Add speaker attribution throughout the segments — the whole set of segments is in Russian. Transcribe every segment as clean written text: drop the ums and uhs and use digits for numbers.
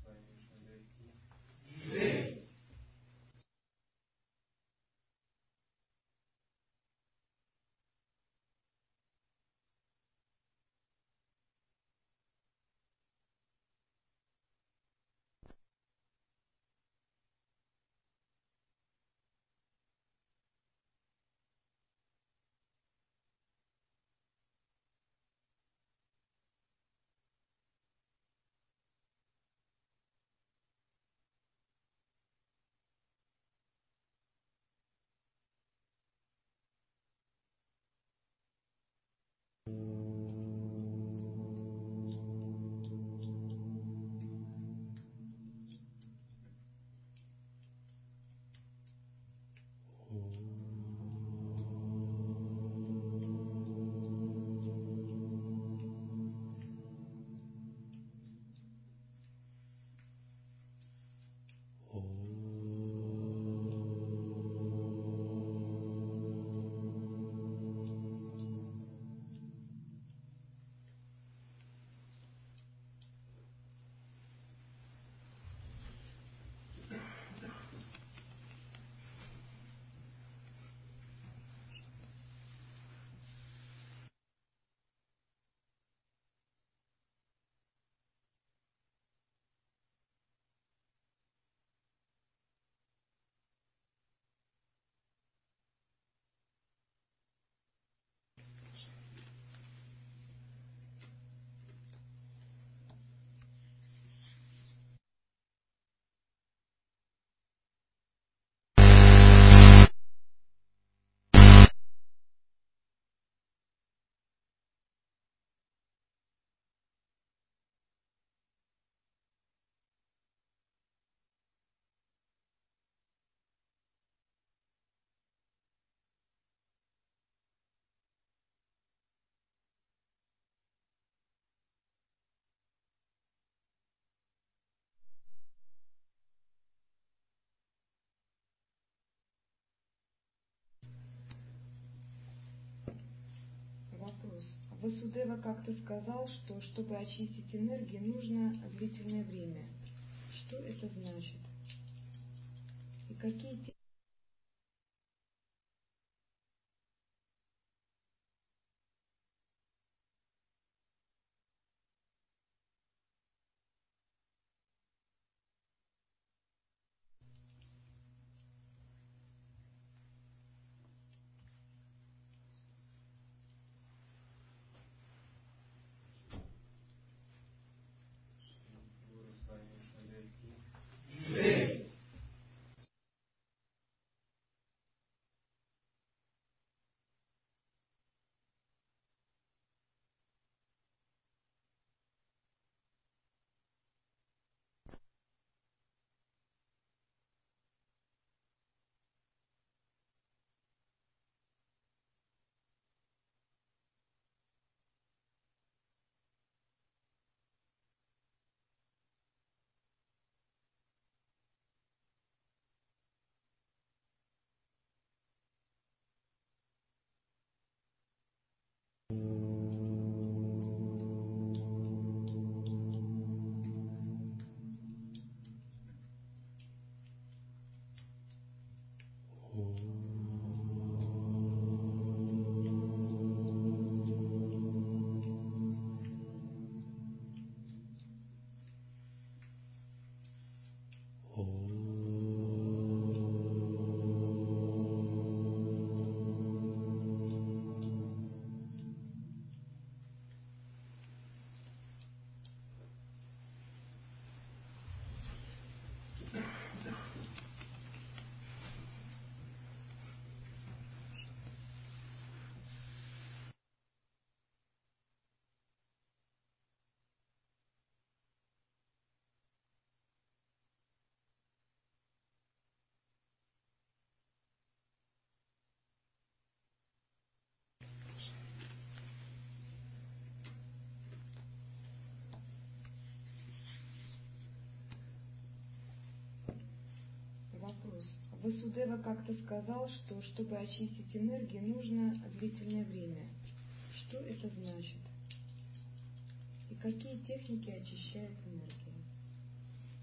Speaker 1: Вопрос. Васудева как-то сказал, что чтобы очистить энергию, нужно длительное время. Что это значит? И какие Вопрос. Васудева как-то сказал, что чтобы очистить энергию, нужно длительное время. Что это значит? И какие техники очищают энергию?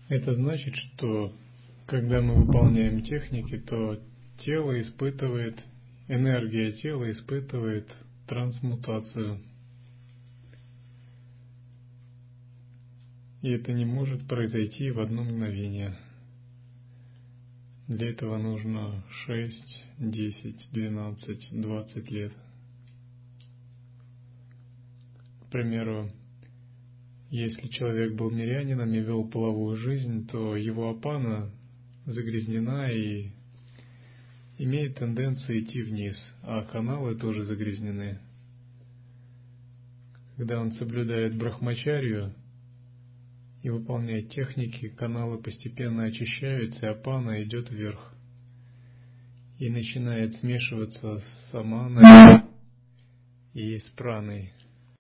Speaker 2: Это значит, что когда мы выполняем техники, то тело испытывает, энергия тела испытывает трансмутацию. И это не может произойти в одно мгновение. Для этого нужно 6, 10, 12, 20 лет. К примеру, если человек был мирянином и вел половую жизнь, то его апана загрязнена и имеет тенденцию идти вниз, а каналы тоже загрязнены. Когда он соблюдает брахмачарью и выполняет техники, каналы постепенно очищаются, и апана идет вверх и начинает смешиваться с саманой и с праной.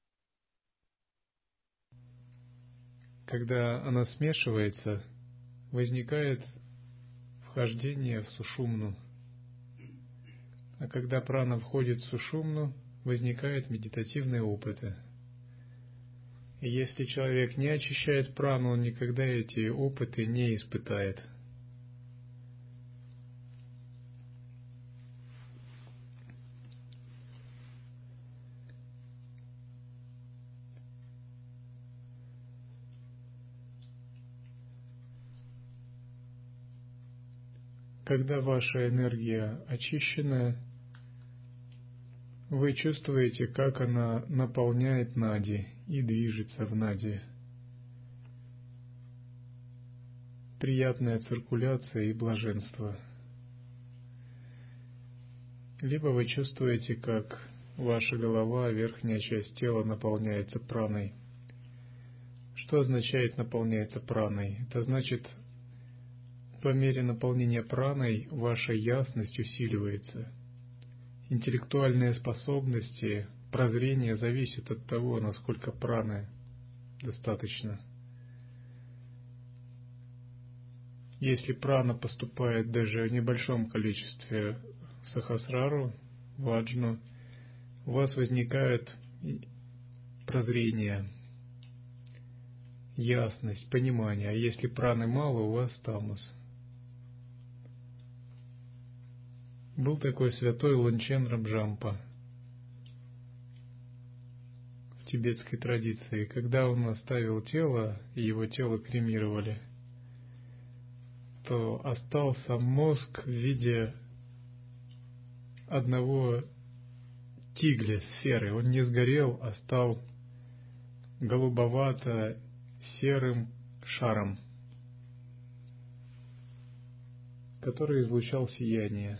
Speaker 2: Когда она смешивается, возникает вхождение в сушумну. А когда прана входит в сушумну, возникают медитативные опыты. И если человек не очищает прану, он никогда эти опыты не испытает. Когда ваша энергия очищена, вы чувствуете, как она наполняет нади и движется в нади. Приятная циркуляция и блаженство. Либо вы чувствуете, как ваша голова, верхняя часть тела наполняется праной. Что означает наполняется праной? Это значит, по мере наполнения праной ваша ясность усиливается. Интеллектуальные способности, прозрение зависит от того, насколько праны достаточно. Если прана поступает даже в небольшом количестве в сахасрару, в аджну, у вас возникает прозрение, ясность, понимание. А если праны мало, у вас тамас. Был такой святой Лончен Рамджампа в тибетской традиции. Когда он оставил тело, и его тело кремировали, то остался мозг в виде одного тигля, сферы. Он не сгорел, а стал голубовато-серым шаром, который излучал сияние.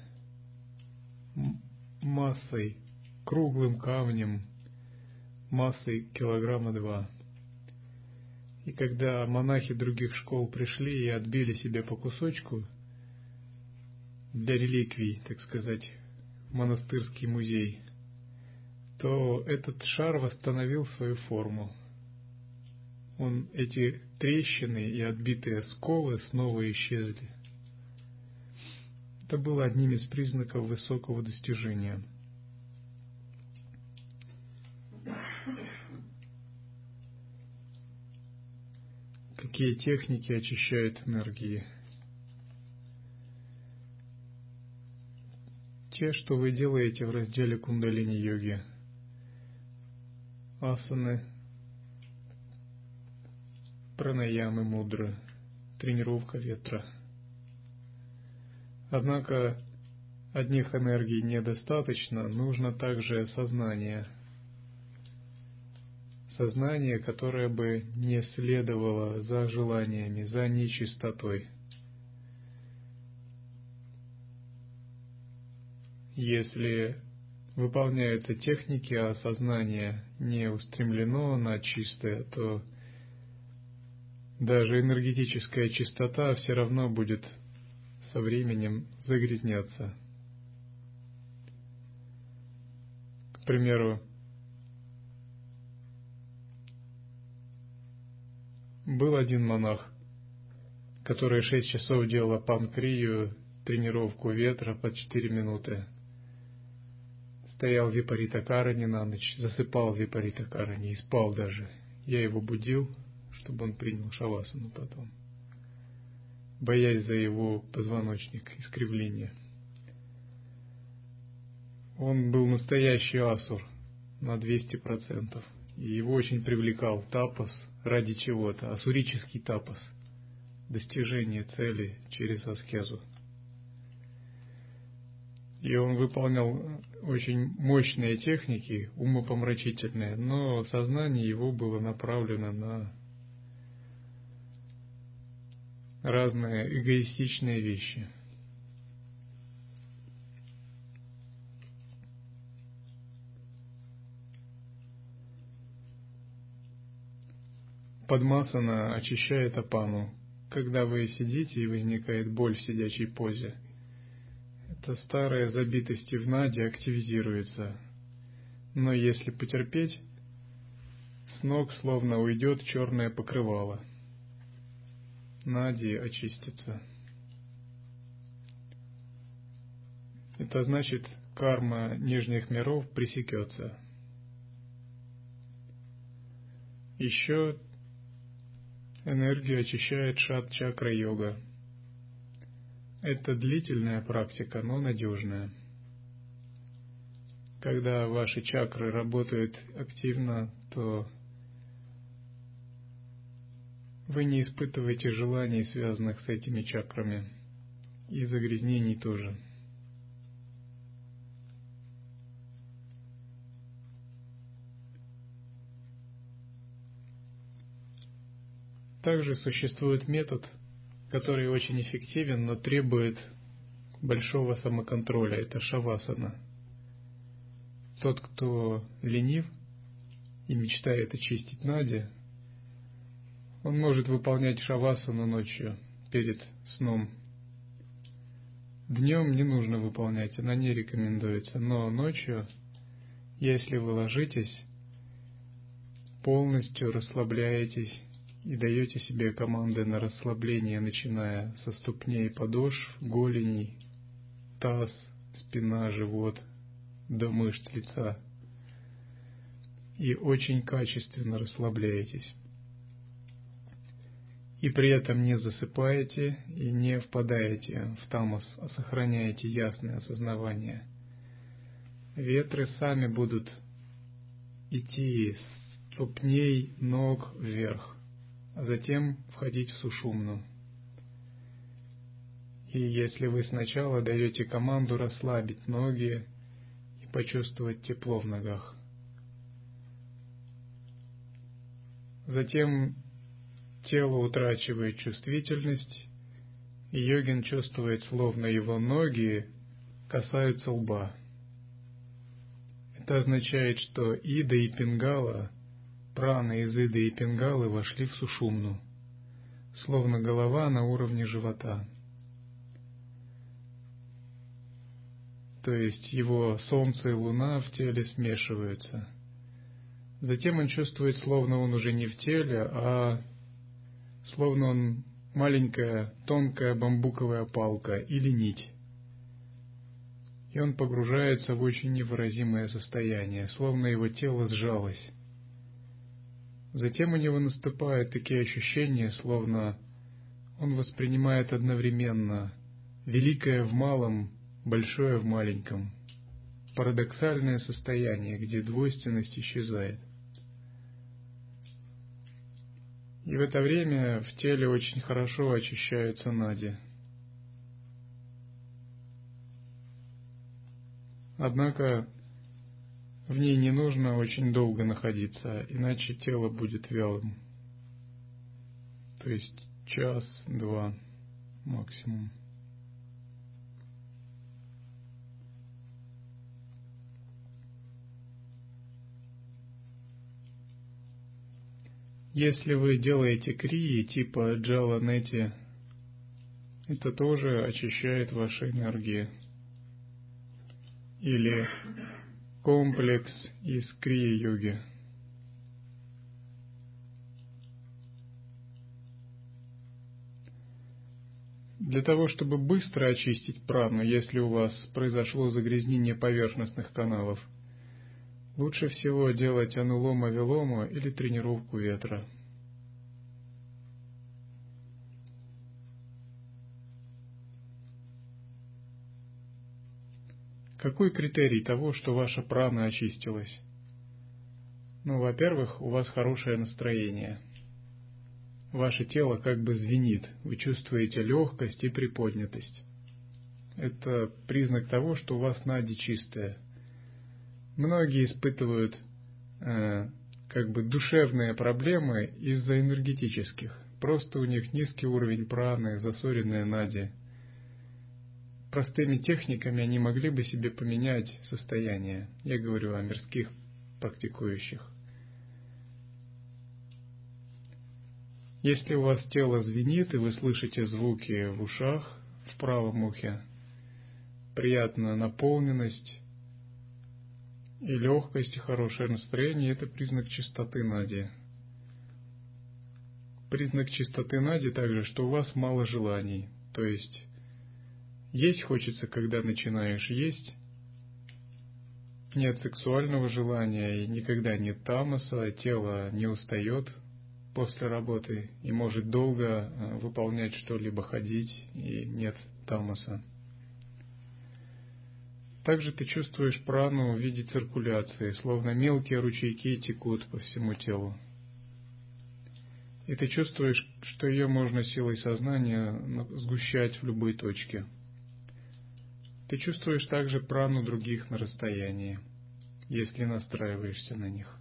Speaker 2: Массой, круглым камнем, массой 2 килограмма. И когда монахи других школ пришли и отбили себе по кусочку для реликвий, так сказать, в монастырский музей, то этот шар восстановил свою форму. Эти трещины и отбитые сколы снова исчезли. Это было одним из признаков высокого достижения. Какие техники очищают энергии? Те, что вы делаете в разделе кундалини-йоги. Асаны, пранаямы, мудры, тренировка ветра. Однако одних энергий недостаточно, нужно также сознание. Сознание, которое бы не следовало за желаниями, за нечистотой. Если выполняются техники, а сознание не устремлено на чистое, то даже энергетическая чистота все равно будет со временем загрязняться. К примеру, был один монах, который 6 часов делал панкрию, тренировку ветра по 4 минуты. Стоял в випаритакаране на ночь, засыпал в випаритакаране и спал даже. Я его будил, чтобы он принял шавасану потом. боясь за его позвоночник, искривление. Он был настоящий асур на 200%. И его очень привлекал тапас ради чего-то, асурический тапас, достижение цели через аскезу. И он выполнял очень мощные техники, умопомрачительные, но сознание его было направлено на разные эгоистичные вещи. Падмасана очищает апану. Когда вы сидите и возникает боль в сидячей позе, эта старая забитость в нади активизируется. Но если потерпеть, с ног словно уйдет черное покрывало. Нади очистится. Это значит, карма нижних миров пресекется. Еще энергию очищает шат-чакра-йога. Это длительная практика, но надежная. Когда ваши чакры работают активно, то вы не испытываете желаний, связанных с этими чакрами, и загрязнений тоже. Также существует метод, который очень эффективен, но требует большого самоконтроля. Это шавасана. Тот, кто ленив и мечтает очистить нади, он может выполнять шавасану ночью, перед сном. Днем не нужно выполнять, она не рекомендуется, но ночью, если вы ложитесь, полностью расслабляетесь и даете себе команды на расслабление, начиная со ступней, подошв, голеней, таз, спина, живот, до мышц лица. И очень качественно расслабляетесь. И при этом не засыпаете и не впадаете в тамас, а сохраняете ясное осознавание. Ветры сами будут идти с ступней, ног вверх, а затем входить в сушумну. И если вы сначала даете команду расслабить ноги и почувствовать тепло в ногах, затем тело утрачивает чувствительность, и йогин чувствует, словно его ноги касаются лба. Это означает, что Ида и Пингала, праны из Иды и Пингалы вошли в сушумну, словно голова на уровне живота. То есть его солнце и луна в теле смешиваются. Затем он чувствует, словно он уже не в теле, а словно он маленькая тонкая бамбуковая палка или нить. И он погружается в очень невыразимое состояние, словно его тело сжалось. Затем у него наступают такие ощущения, словно он воспринимает одновременно великое в малом, большое в маленьком. Парадоксальное состояние, где двойственность исчезает. И в это время в теле очень хорошо очищаются нади. Однако в ней не нужно очень долго находиться, иначе тело будет вялым. То есть час-два максимум. Если вы делаете крии типа джала-нети, это тоже очищает ваши энергии. Или комплекс из крия-йоги. Для того, чтобы быстро очистить прану, если у вас произошло загрязнение поверхностных каналов, лучше всего делать анулома-вилома или тренировку ветра. Какой критерий того, что ваша прана очистилась? Во-первых, у вас хорошее настроение. Ваше тело как бы звенит, вы чувствуете легкость и приподнятость. Это признак того, что у вас нади чистая. Многие испытывают душевные проблемы из-за энергетических. Просто у них низкий уровень праны, засоренные нади. Простыми техниками они могли бы себе поменять состояние. Я говорю о мирских практикующих. Если у вас тело звенит, и вы слышите звуки в ушах, в правом ухе, приятная наполненность и легкость, и хорошее настроение, это признак чистоты нади. Признак чистоты нади также, что у вас мало желаний, то есть есть хочется, когда начинаешь есть, нет сексуального желания и никогда нет тамаса, тело не устает после работы и может долго выполнять что-либо, ходить, и нет тамаса. Также ты чувствуешь прану в виде циркуляции, словно мелкие ручейки текут по всему телу. И ты чувствуешь, что ее можно силой сознания сгущать в любой точке. Ты чувствуешь также прану других на расстоянии, если настраиваешься на них.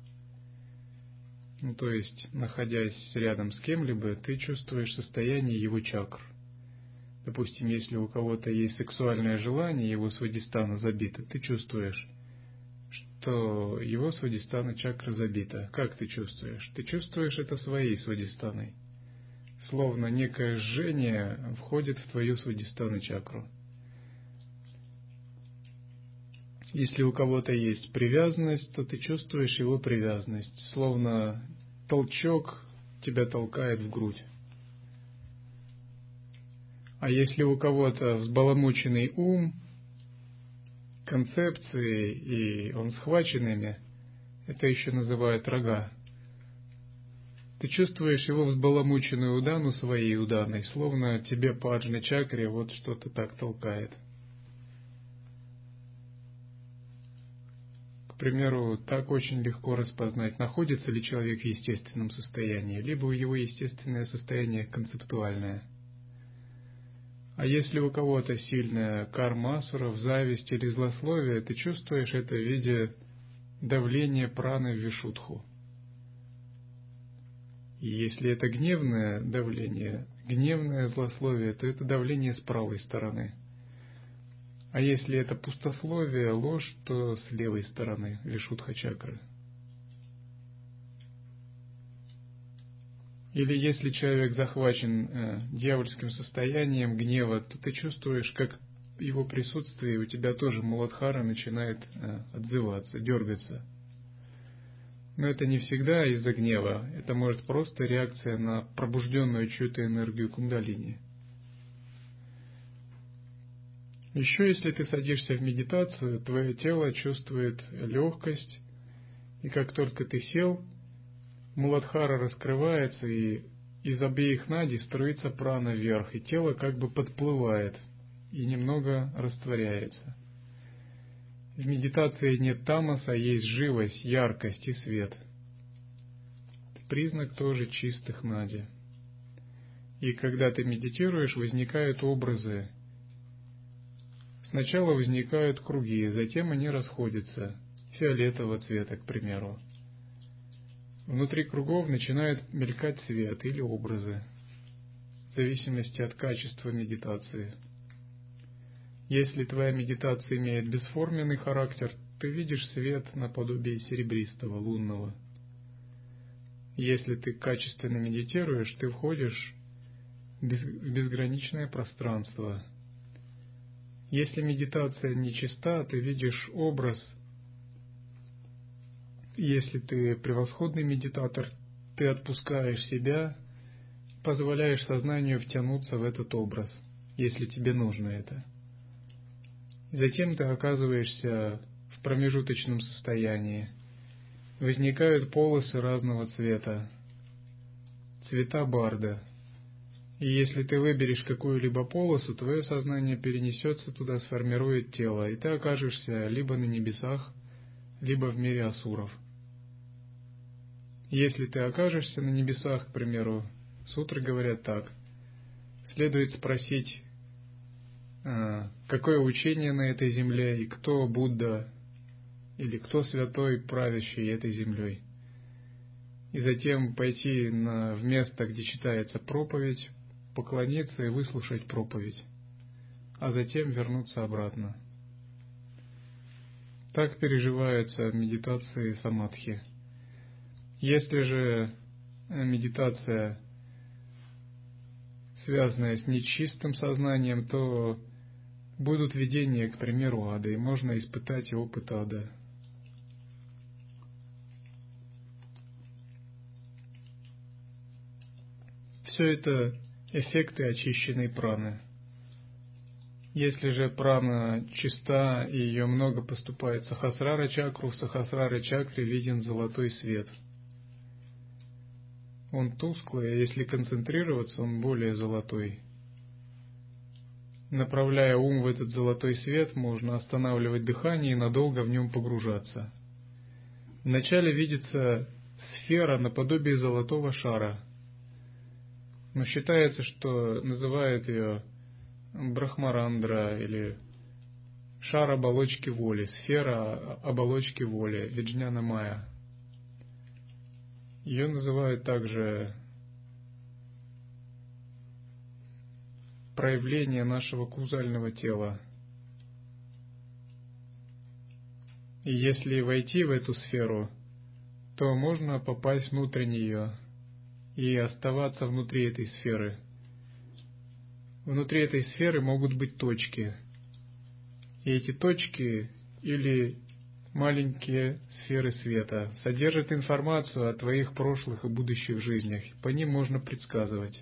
Speaker 2: То есть, находясь рядом с кем-либо, ты чувствуешь состояние его чакр. Допустим, если у кого-то есть сексуальное желание, его свадистана забита, ты чувствуешь, что его свадистана чакра забита. Как ты чувствуешь? Ты чувствуешь это своей свадистаной. Словно некое жжение входит в твою свадистана чакру. Если у кого-то есть привязанность, то ты чувствуешь его привязанность, словно толчок тебя толкает в грудь. А если у кого-то взбаламученный ум, концепции, и он схвачен ими, это еще называют рога. Ты чувствуешь его взбаламученную удану своей уданой, словно тебе по аджна чакре вот что-то так толкает. К примеру, так очень легко распознать, находится ли человек в естественном состоянии, либо у его естественное состояние концептуальное. А если у кого-то сильная карма асуров, зависть или злословие, ты чувствуешь это в виде давления праны в вишудху. И если это гневное давление, гневное злословие, то это давление с правой стороны. А если это пустословие, ложь, то с левой стороны вишудха чакры. Или если человек захвачен дьявольским состоянием гнева, то ты чувствуешь, как в его присутствии у тебя тоже муладхара начинает отзываться, дергаться. Но это не всегда из-за гнева, это может просто реакция на пробужденную чью-то энергию кундалини. Еще если ты садишься в медитацию, твое тело чувствует легкость, и как только ты сел, муладхара раскрывается, и из обеих нади струится прана вверх, и тело как бы подплывает и немного растворяется. В медитации нет тамаса, есть живость, яркость и свет. Признак тоже чистых нади. И когда ты медитируешь, возникают образы. Сначала возникают круги, затем они расходятся, фиолетового цвета, к примеру. Внутри кругов начинает мелькать свет или образы, в зависимости от качества медитации. Если твоя медитация имеет бесформенный характер, ты видишь свет наподобие серебристого, лунного. Если ты качественно медитируешь, ты входишь в безграничное пространство. Если медитация нечиста, ты видишь образ. Если ты превосходный медитатор, ты отпускаешь себя, позволяешь сознанию втянуться в этот образ, если тебе нужно это. Затем ты оказываешься в промежуточном состоянии. Возникают полосы разного цвета, цвета барда. И если ты выберешь какую-либо полосу, твое сознание перенесется туда, сформирует тело, и ты окажешься либо на небесах, либо в мире асуров. Если ты окажешься на небесах, к примеру, сутры говорят так, следует спросить, какое учение на этой земле, и кто Будда, или кто святой, правящий этой землей. И затем пойти в место, где читается проповедь, поклониться и выслушать проповедь, а затем вернуться обратно. Так переживаются медитации самадхи. Если же медитация, связанная с нечистым сознанием, то будут видения, к примеру, ада, и можно испытать и опыт ада. Все это эффекты очищенной праны. Если же прана чиста и ее много поступает в сахасрара чакру, в сахасрара чакре виден золотой свет. Он тусклый, а если концентрироваться, он более золотой. Направляя ум в этот золотой свет, можно останавливать дыхание и надолго в нем погружаться. Вначале видится сфера наподобие золотого шара, но считается, что называют ее Брахмарандра или шар оболочки воли, сфера оболочки воли, Виджняна Майя. Ее называют также проявление нашего каузального тела. И если войти в эту сферу, то можно попасть внутрь нее и оставаться внутри этой сферы. Внутри этой сферы могут быть точки. И эти точки или маленькие сферы света содержат информацию о твоих прошлых и будущих жизнях. По ним можно предсказывать.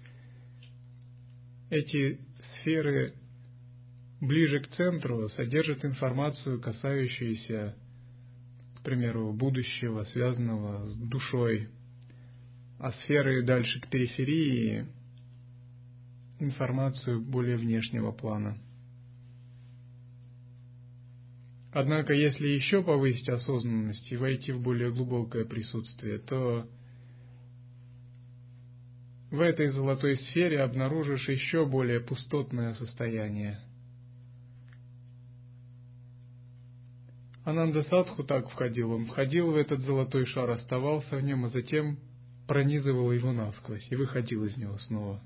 Speaker 2: Эти сферы ближе к центру содержат информацию, касающуюся, к примеру, будущего, связанного с душой, а сферы дальше к периферии — информацию более внешнего плана. Однако, если еще повысить осознанность и войти в более глубокое присутствие, то в этой золотой сфере обнаружишь еще более пустотное состояние. Ананда Садху так входил. Он входил в этот золотой шар, оставался в нем, а затем пронизывал его насквозь и выходил из него снова.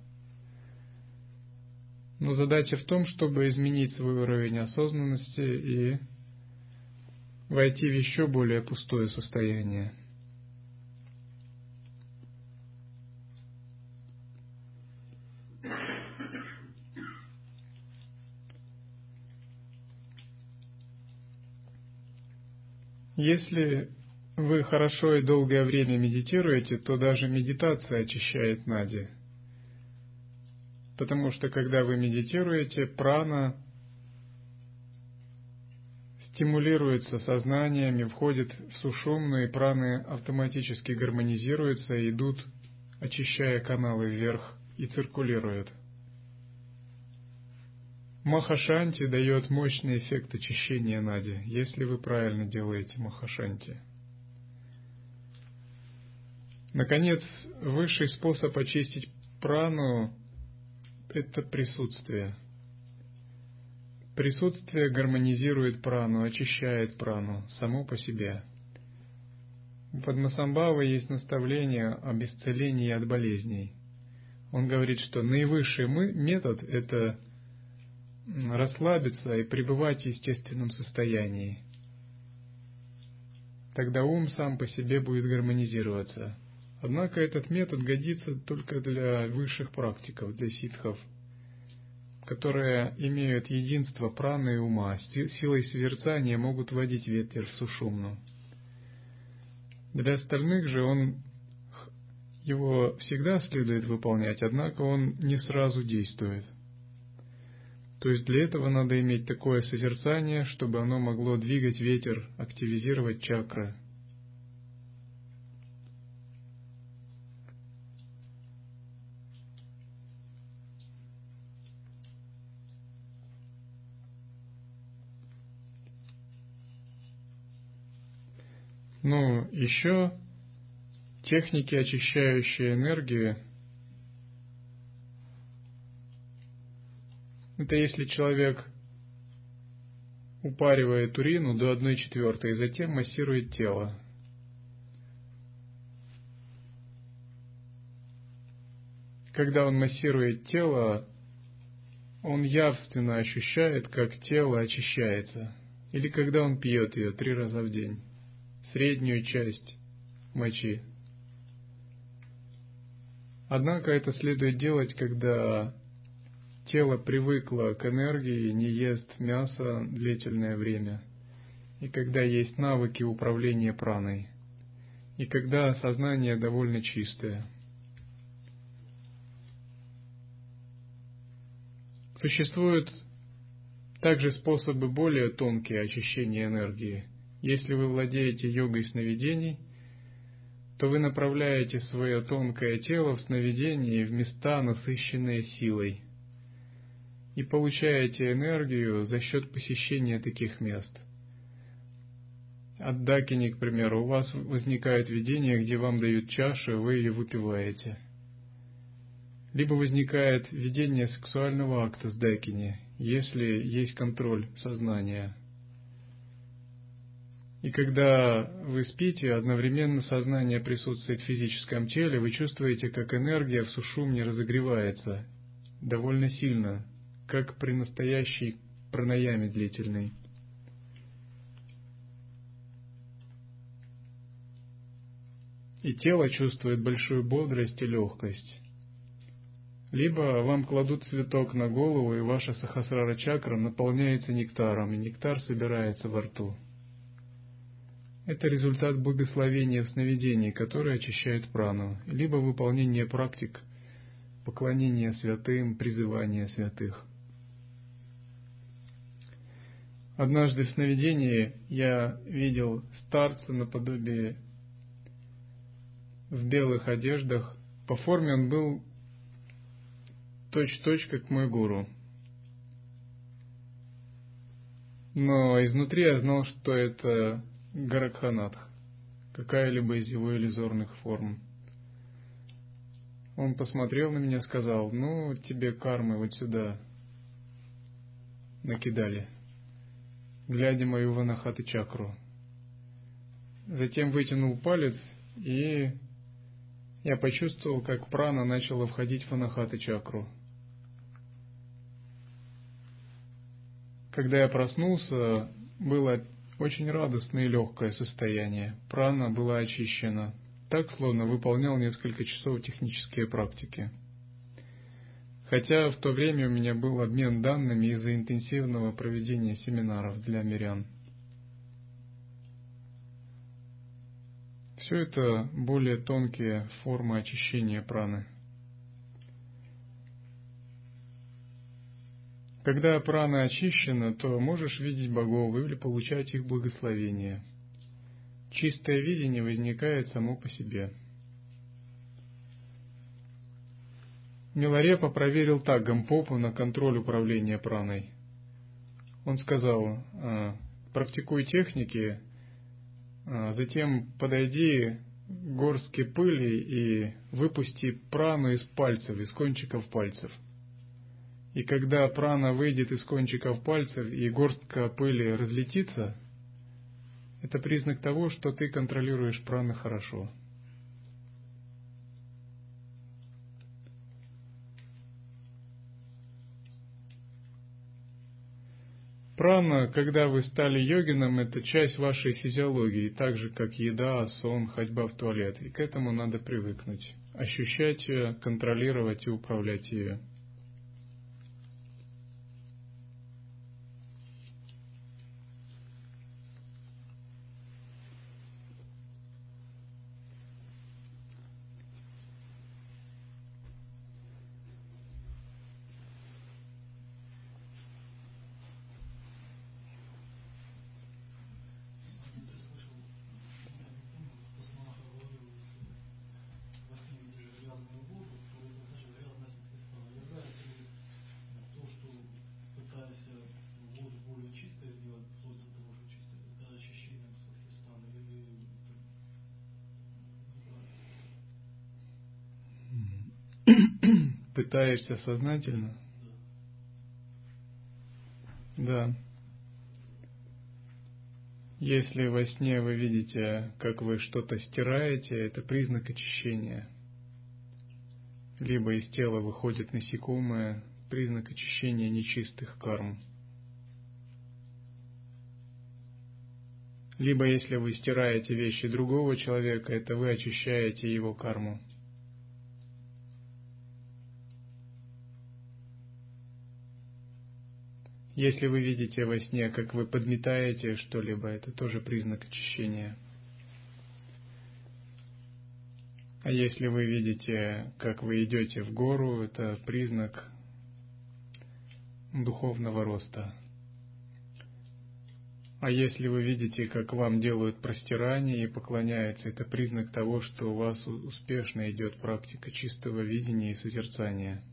Speaker 2: Но задача в том, чтобы изменить свой уровень осознанности и войти в еще более пустое состояние. Если вы хорошо и долгое время медитируете, то даже медитация очищает нади. Потому что, когда вы медитируете, прана стимулируется сознаниями, входит в сушумну, и праны автоматически гармонизируются и идут, очищая каналы вверх, и циркулируют. Махашанти дает мощный эффект очищения нади, если вы правильно делаете махашанти. Наконец, высший способ очистить прану — это присутствие. Присутствие гармонизирует прану, очищает прану само по себе. У Падмасамбхавы есть наставление об исцелении от болезней. Он говорит, что наивысший метод — это расслабиться и пребывать в естественном состоянии. Тогда ум сам по себе будет гармонизироваться. Однако этот метод годится только для высших практиков, для ситхов, которые имеют единство праны и ума, силой созерцания могут вводить ветер в сушумну. Для остальных же его всегда следует выполнять, однако он не сразу действует. То есть для этого надо иметь такое созерцание, чтобы оно могло двигать ветер, активизировать чакры. Ну, еще техники, очищающие энергию, это если человек упаривает урину до 1/4 и затем массирует тело. Когда он массирует тело, он явственно ощущает, как тело очищается. Или когда он пьет ее 3 раза в день, среднюю часть мочи. Однако это следует делать, когда тело привыкло к энергии и не ест мясо длительное время, и когда есть навыки управления праной, и когда сознание довольно чистое. Существуют также способы более тонкие очищения энергии. Если вы владеете йогой сновидений, то вы направляете свое тонкое тело в сновидении в места, насыщенные силой, и получаете энергию за счет посещения таких мест. От дакини, к примеру, у вас возникает видение, где вам дают чашу, вы ее выпиваете. Либо возникает видение сексуального акта с дакини, если есть контроль сознания. И когда вы спите, одновременно сознание присутствует в физическом теле, вы чувствуете, как энергия в сушумне разогревается довольно сильно, как при настоящей пранаяме длительной. И тело чувствует большую бодрость и легкость. Либо вам кладут цветок на голову, и ваша сахасрара чакра наполняется нектаром, и нектар собирается во рту. Это результат благословения в сновидении, которое очищает прану, либо выполнение практик поклонения святым, призывания святых. Однажды в сновидении я видел старца наподобие в белых одеждах. По форме он был точь-в-точь, как мой гуру. Но изнутри я знал, что это Горакханатх, какая-либо из его иллюзорных форм. Он посмотрел на меня и сказал: ну, тебе кармы вот сюда накидали, глядя мою ванахата чакру. Затем вытянул палец, и я почувствовал, как прана начала входить в ванахата чакру. Когда я проснулся, было очень радостное и легкое состояние. Прана была очищена, так, словно выполнял несколько часов технические практики. Хотя в то время у меня был обмен данными из-за интенсивного проведения семинаров для мирян. Все это более тонкие формы очищения праны. Когда прана очищена, то можешь видеть богов или получать их благословение. Чистое видение возникает само по себе. Миларепа проверил так Гампопу на контроль управления праной. Он сказал: практикуй техники, затем подойди к горстке пыли и выпусти прану из пальцев, из кончиков пальцев. И когда прана выйдет из кончиков пальцев и горстка пыли разлетится, это признак того, что ты контролируешь прану хорошо. Прана, когда вы стали йогином, это часть вашей физиологии, так же, как еда, сон, ходьба в туалет. И к этому надо привыкнуть. Ощущать ее, контролировать и управлять ее. Пытаешься сознательно? Да. Если во сне вы видите, как вы что-то стираете, это признак очищения. Либо из тела выходит насекомое, признак очищения нечистых карм. Либо если вы стираете вещи другого человека, это вы очищаете его карму. Если вы видите во сне, как вы подметаете что-либо, это тоже признак очищения. А если вы видите, как вы идете в гору, это признак духовного роста. А если вы видите, как вам делают простирание и поклоняются, это признак того, что у вас успешно идет практика чистого видения и созерцания.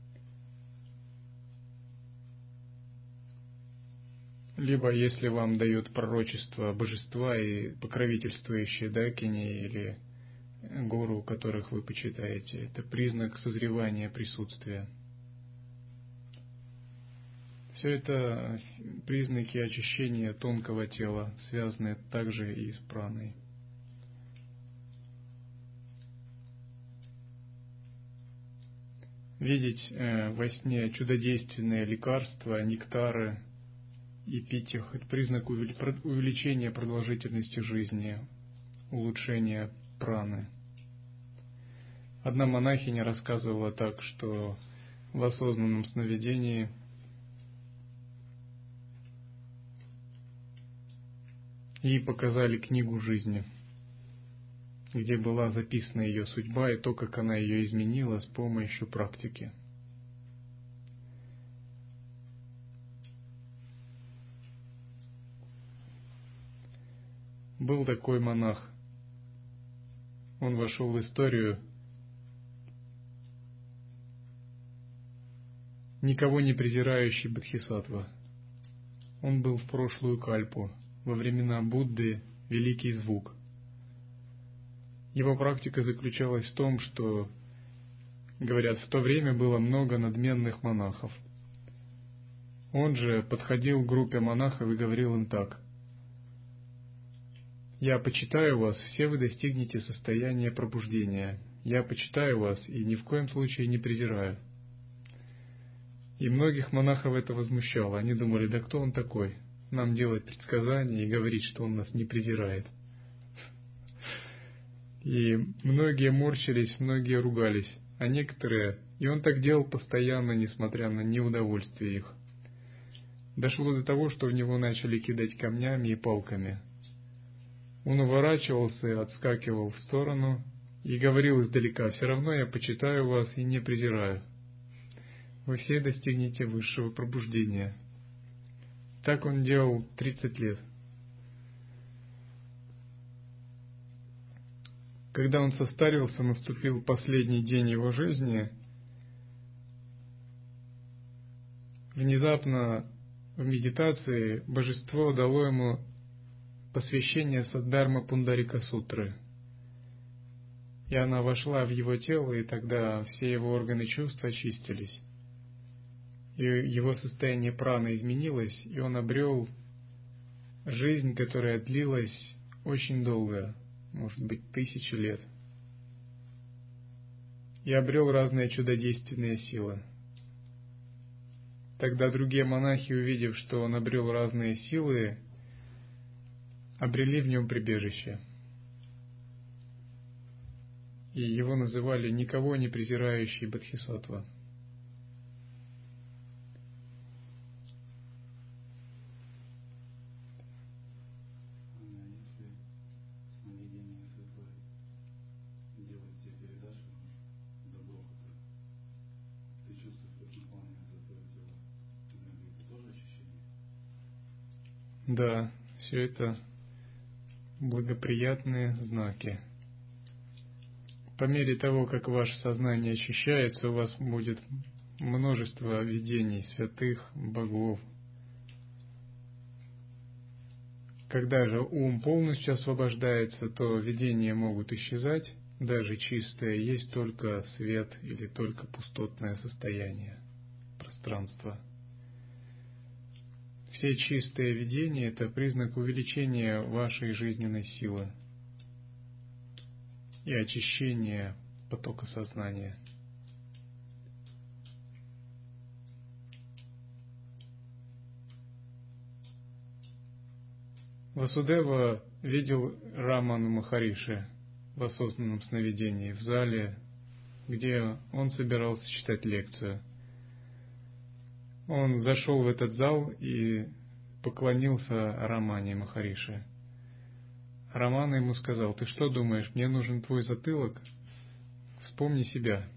Speaker 2: Либо если вам дают пророчество божества и покровительствующие дакини или гуру, которых вы почитаете, это признак созревания присутствия. Все это признаки очищения тонкого тела, связанные также и с праной. Видеть во сне чудодейственные лекарства, нектары и пить их – это признак увеличения продолжительности жизни, улучшения праны. Одна монахиня рассказывала так, что в осознанном сновидении ей показали книгу жизни, где была записана ее судьба и то, как она ее изменила с помощью практики. Был такой монах. Он вошел в историю никого не презирающий бодхисаттва. Он был в прошлую кальпу, во времена Будды, великий звук. Его практика заключалась в том, что, говорят, в то время было много надменных монахов. Он же подходил к группе монахов и говорил им так: «Я почитаю вас, все вы достигнете состояния пробуждения. Я почитаю вас и ни в коем случае не презираю». И многих монахов это возмущало. Они думали: да кто он такой? Нам делает предсказания и говорит, что он нас не презирает. И многие морщились, многие ругались, а некоторые... И он так делал постоянно, несмотря на неудовольствие их. Дошло до того, что в него начали кидать камнями и палками. Он уворачивался, отскакивал в сторону и говорил издалека: «Все равно я почитаю вас и не презираю. Вы все достигнете высшего пробуждения». Так он делал 30 лет. Когда он состарился, наступил последний день его жизни, внезапно в медитации божество дало ему посвящение Саддхарма Пундарика Сутры. И она вошла в его тело, и тогда все его органы чувств очистились. И его состояние праны изменилось, и он обрел жизнь, которая длилась очень долго, может быть, 1000 лет. И обрел разные чудодейственные силы. Тогда другие монахи, увидев, что он обрел разные силы, обрели в нем прибежище. И его называли никого не презирающий бодхисаттва. Да, все это благоприятные знаки. По мере того, как ваше сознание очищается, у вас будет множество видений святых, богов. Когда же ум полностью освобождается, то видения могут исчезать, даже чистое, есть только свет или только пустотное состояние, пространство. Все чистые видения – это признак увеличения вашей жизненной силы и очищения потока сознания. Васудева видел Раману Махариши в осознанном сновидении в зале, где он собирался читать лекцию. Он зашел в этот зал и поклонился Рамане Махариши. Рамана ему сказал: «Ты что думаешь, мне нужен твой затылок? Вспомни себя».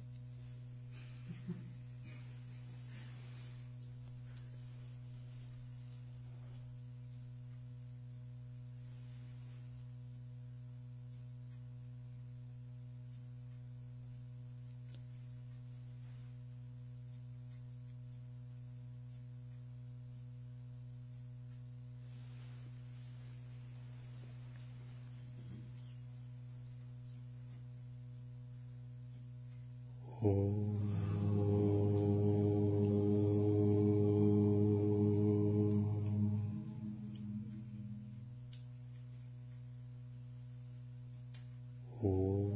Speaker 2: О